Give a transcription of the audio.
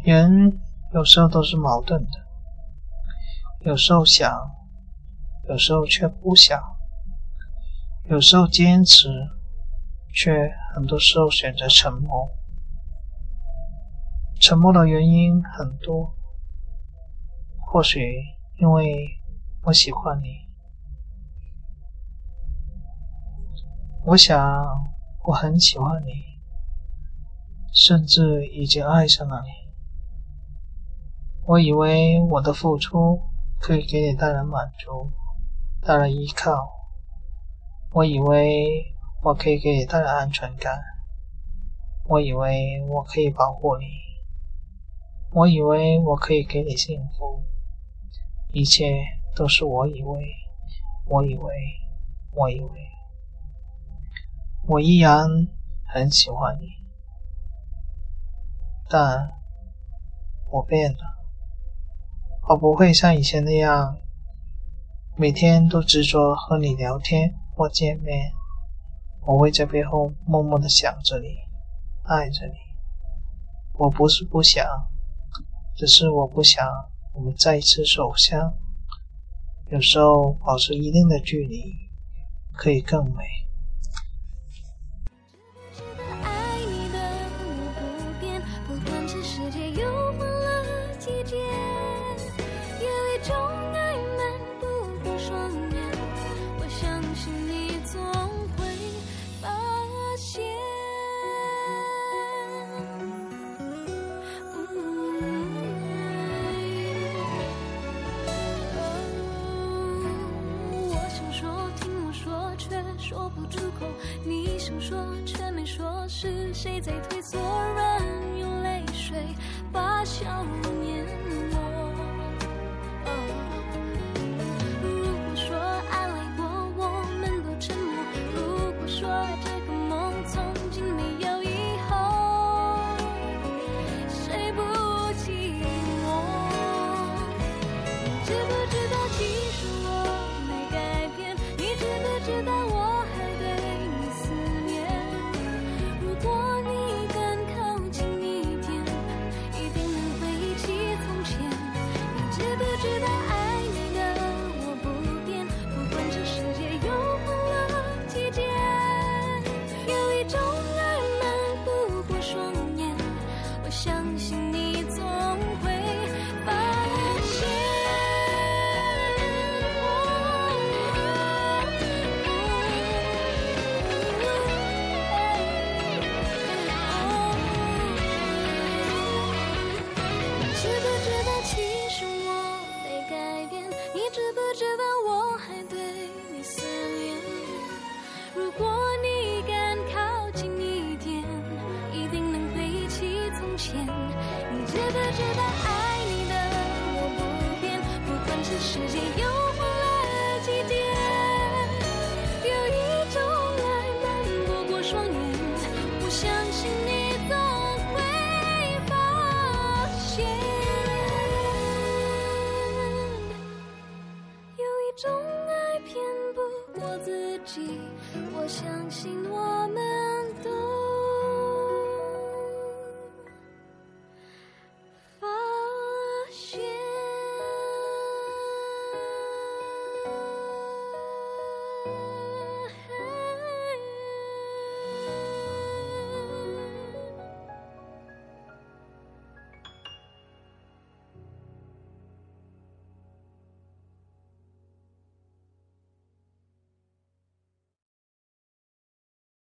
人有时候都是矛盾的，有时候想，有时候却不想，有时候坚持，却很多时候选择沉默。沉默的原因很多，或许因为我喜欢你，我想我很喜欢你，甚至已经爱上了你。我以为我的付出可以给你带来满足，带来依靠。我以为我可以给你带来安全感。我以为我可以保护你。我以为我可以给你幸福。一切都是我以为，我以为，我以为。我依然很喜欢你，但我变了。我不会像以前那样每天都执着和你聊天或见面，我会在背后默默地想着你，爱着你。我不是不想，只是我不想我们再一次手相。有时候保持一定的距离可以更美。 说不出口，你想说却没说，是谁在推所人用泪水把笑容淹没。如果说爱来过我们都沉默，如果说这个梦从今没有以后，谁不寂寞？你知不知道其实我没改变？你知不知道我世界又换了季节，有一种爱漫不过双眼，我相信你总会发现，有一种爱骗不过自己，我相信我们